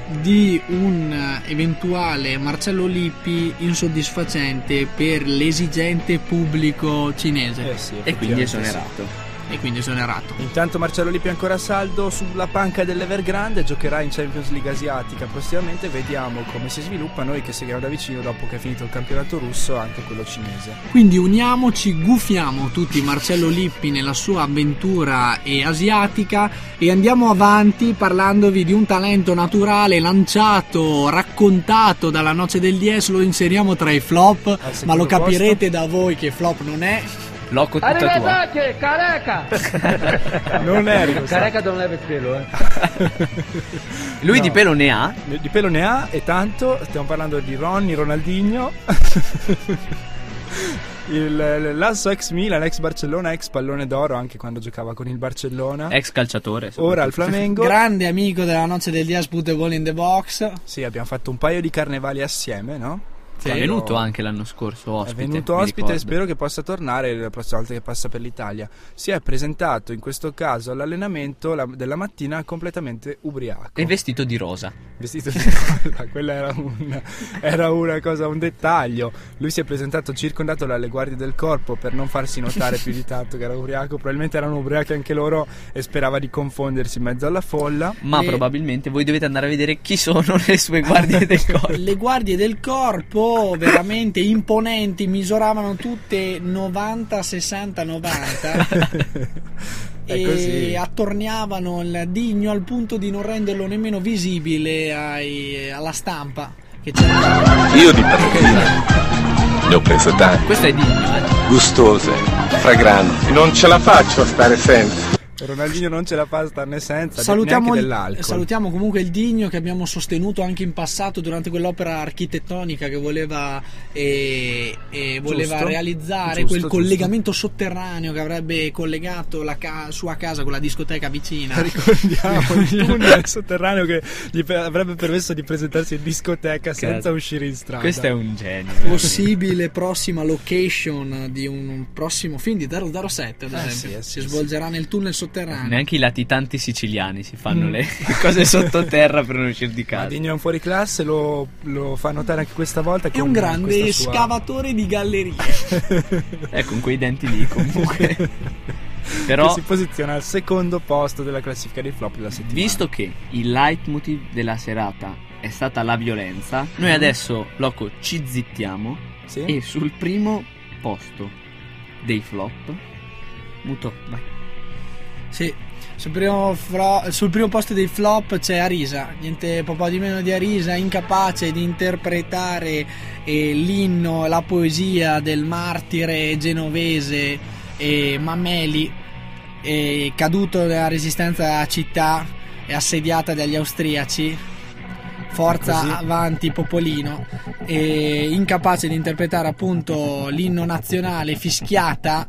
di un eventuale Marcello Lippi insoddisfacente per l'esigente pubblico cinese.
Sì,
e quindi esonerato.
Intanto Marcello Lippi è ancora a saldo sulla panca dell'Evergrande, giocherà in Champions League asiatica prossimamente. Vediamo come si sviluppa, noi che seguiamo da vicino dopo che è finito il campionato russo anche quello cinese.
Quindi uniamoci, gufiamo tutti Marcello Lippi nella sua avventura asiatica e andiamo avanti parlandovi di un talento naturale lanciato, raccontato dalla Noce del Dies. Lo inseriamo tra i flop, ma lo capirete da voi che flop non è.
Loco tutta tua.
Careca!
Non è
Careca non leva il pelo,
Lui di pelo ne ha?
Di pelo ne ha e tanto. Stiamo parlando di Ronaldinho. L'asso ex Milan, ex Barcellona, ex pallone d'oro anche quando giocava con il Barcellona,
ex calciatore,
ora al Flamengo,
grande amico della Noce del Dias, put the ball in the box.
Sì, abbiamo fatto un paio di carnevali assieme, no?
È venuto anche l'anno scorso ospite.
È venuto ospite e spero che possa tornare la prossima volta che passa per l'Italia. Si è presentato in questo caso all'allenamento della mattina completamente ubriaco
e vestito di rosa.
Quella era una cosa, un dettaglio. Lui si è presentato circondato dalle guardie del corpo per non farsi notare più di tanto che era ubriaco. Probabilmente erano ubriachi anche loro e sperava di confondersi in mezzo alla folla.
Ma probabilmente voi dovete andare a vedere chi sono le sue guardie del corpo.
Le guardie del corpo veramente imponenti, misuravano tutte 90, 60, 90 e attorniavano il Digno al punto di non renderlo nemmeno visibile alla stampa che c'era.
Io di patatine ne ho prese tante.
Questo è Digno,
gustose, fragranti, non ce la faccio a stare senza.
Ronaldinho non ce la fa a starne senza.
Salutiamo comunque il Digno, che abbiamo sostenuto anche in passato durante quell'opera architettonica che voleva realizzare, quel collegamento sotterraneo che avrebbe collegato la sua casa con la discoteca vicina.
Ricordiamo il tunnel sotterraneo che gli avrebbe permesso di presentarsi in discoteca senza uscire in strada.
Questo è un genio.
Possibile prossima location di un prossimo film di 007, ad esempio. Si svolgerà nel tunnel sotterraneo.
Neanche i latitanti siciliani si fanno le cose sottoterra per non uscire di casa.
Digno è un fuoriclasse, lo fa notare anche questa volta.
È un grande scavatore di gallerie.
Con quei denti lì comunque. Però
che si posiziona al secondo posto della classifica dei flop della settimana.
Visto che il leitmotiv della serata è stata la violenza, noi adesso, Loco, ci zittiamo e sul primo posto dei flop Muto, vai.
Sì, sul primo posto dei flop c'è Arisa, niente po' di meno di Arisa, incapace di interpretare l'inno, la poesia del martire genovese Mameli, caduto nella resistenza della città e assediata dagli austriaci. Forza avanti Popolino, incapace di interpretare appunto l'inno nazionale, fischiata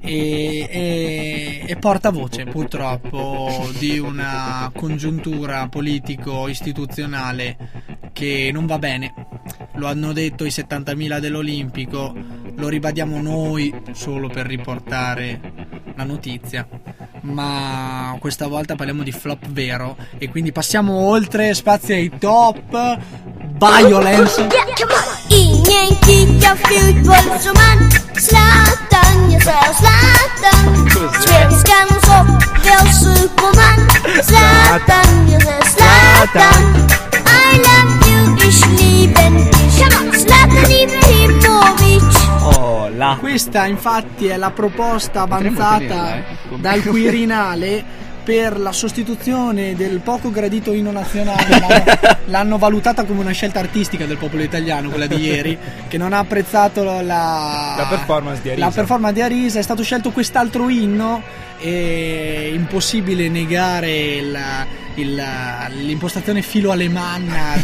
e portavoce purtroppo di una congiuntura politico-istituzionale che non va bene. Lo hanno detto i 70.000 dell'Olimpico, lo ribadiamo noi solo per riportare la notizia, ma questa volta parliamo di flop vero e quindi passiamo oltre, spazio ai top. Violence.
Ingenting fut våldsoman Zlatan, jag säger Zlatan Svenskan så, jag Superman Zlatan, jag säger Zlatan I love you, ich liebe dich Zlatan Ibrahimovic.
Questa infatti è la proposta avanzata dal Quirinale per la sostituzione del poco gradito inno nazionale. L'hanno valutata come una scelta artistica del popolo italiano, quella di ieri, che non ha apprezzato la
performance di Arisa.
La performance di Arisa. È stato scelto quest'altro inno, è impossibile negare l'impostazione filo-alemanna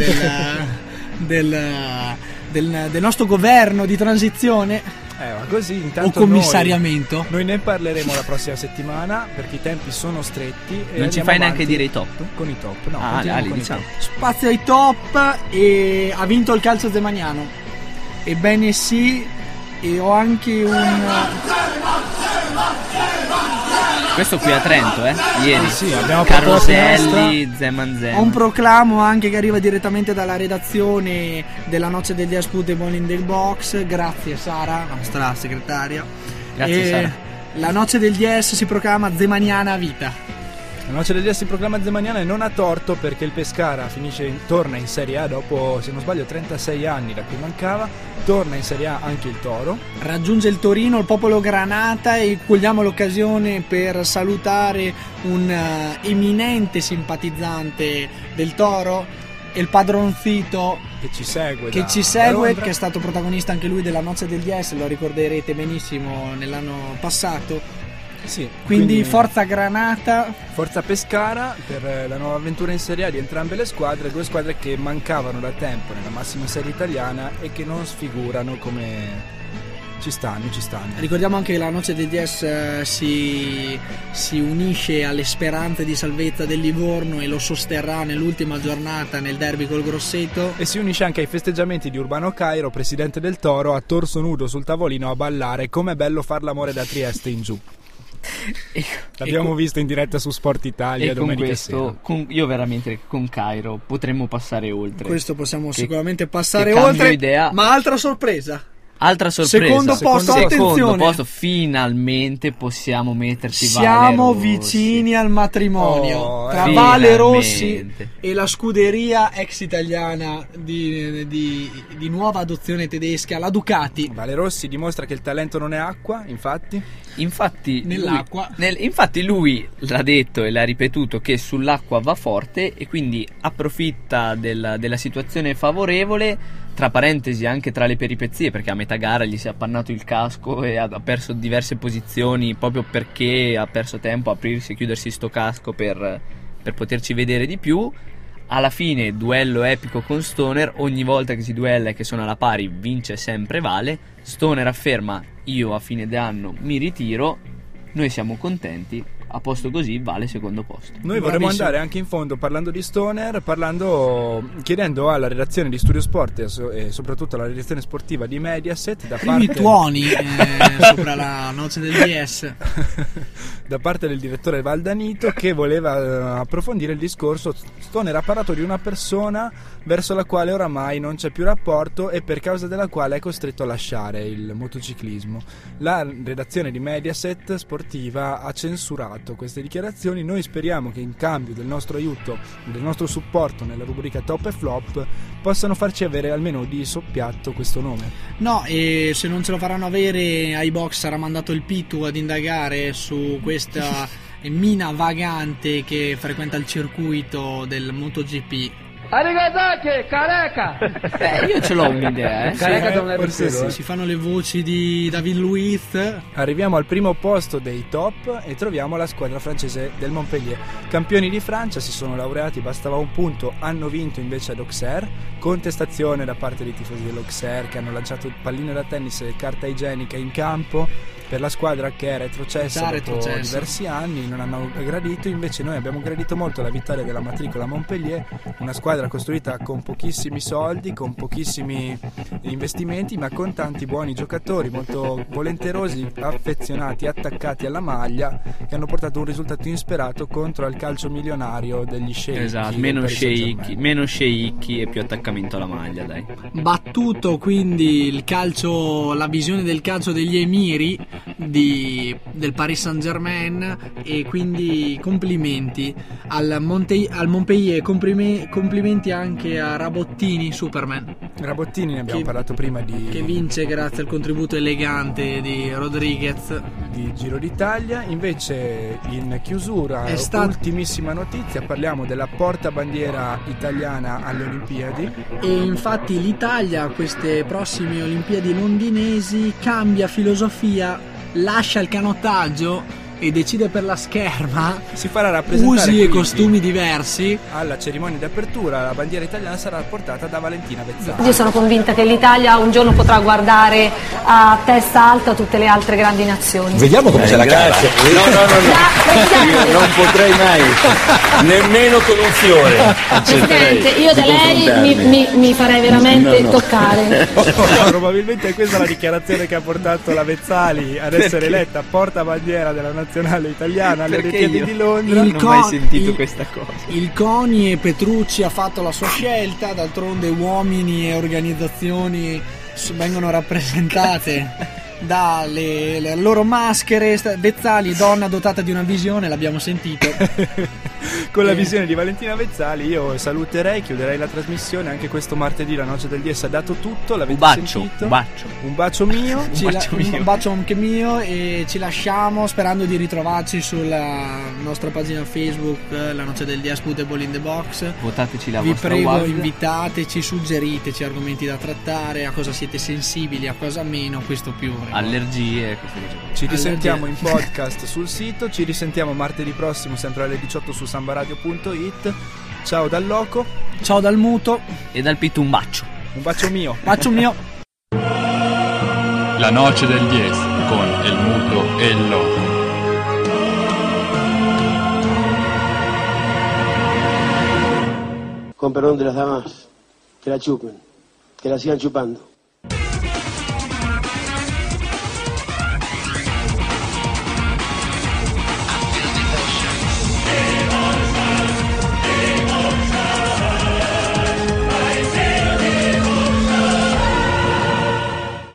del nostro governo di transizione.
Ma così intanto
o commissariamento.
Noi ne parleremo la prossima settimana perché i tempi sono stretti.
Non ci fai neanche dire i top?
Con i top, no.
Con diciamo.
Spazio ai top e ha vinto il calcio zemaniano. Ebbene sì, e ho anche un
Questo qui a Trento, ieri.
Sì, abbiamo
Caroselli, Zeman.
Ho un proclamo anche che arriva direttamente dalla redazione della Noce del Jazz Put e Ball in the Box. Grazie Sara, la nostra segretaria.
Grazie Sara.
La Noce del Jazz si proclama zemaniana a vita.
La Noce del Jazz si proclama zemaniana e non ha torto, perché il Pescara torna in Serie A dopo, se non sbaglio, 36 anni da cui mancava. Torna in Serie A anche il Toro.
Raggiunge il Torino, il popolo granata, e cogliamo l'occasione per salutare un eminente simpatizzante del Toro, il padronzito
che ci segue,
che è stato protagonista anche lui della Noce del Jazz, lo ricorderete benissimo nell'anno passato.
Sì,
quindi forza Granata,
forza Pescara per la nuova avventura in Serie A di entrambe le squadre, due squadre che mancavano da tempo nella massima serie italiana e che non sfigurano come ci stanno.
Ricordiamo anche che la Noce del Jazz si unisce alle speranze di salvezza del Livorno e lo sosterrà nell'ultima giornata nel derby col Grosseto,
e si unisce anche ai festeggiamenti di Urbano Cairo, presidente del Toro, a torso nudo sul tavolino a ballare "Com'è bello far l'amore da Trieste in giù". L'abbiamo visto in diretta su Sport Italia domenica sera.
Io veramente con Cairo potremmo passare oltre.
Questo possiamo sicuramente passare oltre.
Idea.
Ma altra sorpresa.
Secondo
posto,
finalmente possiamo metterci.
Siamo vicini al matrimonio tra Vale Rossi e la scuderia ex italiana di nuova adozione tedesca, la Ducati.
Vale Rossi dimostra che il talento non è acqua, infatti
nell'acqua.
Infatti lui l'ha detto e l'ha ripetuto che sull'acqua va forte, e quindi approfitta della situazione favorevole, tra parentesi anche tra le peripezie, perché a metà gara gli si è appannato il casco e ha perso diverse posizioni proprio perché ha perso tempo a aprirsi e chiudersi sto casco per poterci vedere di più. Alla fine duello epico con Stoner, ogni volta che si duella e che sono alla pari vince sempre Vale. Stoner afferma: io a fine d'anno mi ritiro, noi siamo contenti, a posto così, Vale secondo posto.
Noi vorremmo andare anche in fondo parlando di Stoner, chiedendo alla redazione di Studio Sport e soprattutto alla redazione sportiva di Mediaset
tuoni sopra la Noce del DS
da parte del direttore Valdanito, che voleva approfondire il discorso. Stoner ha parlato di una persona verso la quale oramai non c'è più rapporto e per causa della quale è costretto a lasciare il motociclismo. La redazione di Mediaset sportiva ha censurato queste dichiarazioni. Noi speriamo che in cambio del nostro aiuto, del nostro supporto nella rubrica Top e Flop, possano farci avere almeno di soppiatto questo nome.
No, e se non ce lo faranno avere, iBox sarà mandato il Pitu ad indagare su questa mina vagante che frequenta il circuito del MotoGP.
Arigatake, careca!
Io ce l'ho un'idea,
Careca da un
forse sì.
Si fanno le voci di David Luiz.
Arriviamo al primo posto dei top e troviamo la squadra francese del Montpellier. Campioni di Francia, si sono laureati, bastava un punto, hanno vinto invece ad Auxerre. Contestazione da parte dei tifosi dell'Auxerre, che hanno lanciato palline da tennis e carta igienica in campo per la squadra che è retrocessa dopo diversi anni, non hanno gradito. Invece noi abbiamo gradito molto la vittoria della matricola Montpellier, una squadra costruita con pochissimi soldi, con pochissimi investimenti, ma con tanti buoni giocatori, molto volenterosi, affezionati, attaccati alla maglia, che hanno portato un risultato insperato contro il calcio milionario degli sceicchi.
Esatto, meno sceicchi e più attaccamento alla maglia, dai.
Battuto quindi il calcio, la visione del calcio degli emiri del Paris Saint-Germain, e quindi complimenti al Montpellier, complimenti anche a Rabottini, Superman.
Rabottini, ne abbiamo parlato prima,
che vince grazie al contributo elegante di Rodriguez
di Giro d'Italia. Invece in chiusura ultimissima notizia, parliamo della portabandiera italiana alle Olimpiadi,
e infatti l'Italia a queste prossime Olimpiadi londinesi cambia filosofia, lascia il canottaggio e decide per la scherma,
si farà rappresentare
usi e costumi diversi.
Alla cerimonia di apertura la bandiera italiana sarà portata da Valentina Vezzali.
Io sono convinta che l'Italia un giorno potrà guardare a testa alta tutte le altre grandi nazioni.
Vediamo come se la cava.
No, io non potrei mai, nemmeno con un fiore.
Presidente, io da lei mi farei veramente toccare.
Probabilmente è questa la dichiarazione che ha portato la Vezzali ad essere eletta portabandiera della nazione nazionale italiana alle
Perché
Olimpiadi
io
di Londra.
non ho mai sentito questa cosa.
Il CONI e Petrucci ha fatto la sua scelta, d'altronde uomini e organizzazioni vengono rappresentate dalle loro maschere. Vezzali, donna dotata di una visione, l'abbiamo sentito.
Con la visione di Valentina Vezzali io saluterei, chiuderei la trasmissione. Anche questo martedì la Noce del DS ha dato tutto, l'avete sentito? Un bacio mio.
Un bacio anche mio, e ci lasciamo sperando di ritrovarci sulla nostra pagina Facebook, la Noce del DS Putable in the Box.
Votateci la
Vi
vostra
prego,
award.
invitateci, suggeriteci argomenti da trattare, a cosa siete sensibili, a cosa meno, questo più.
Allergie, queste cose.
Ci risentiamo in podcast sul sito, ci risentiamo martedì prossimo sempre alle 18 su sambaradio.it. Ciao dal Loco.
Ciao dal Muto.
E dal Pitu un bacio.
Un bacio mio.
Bacio mio.
La Noce del 10 con El Muto e el Loco.
Con perdón de las damas, que la chupen, que la sigan chupando.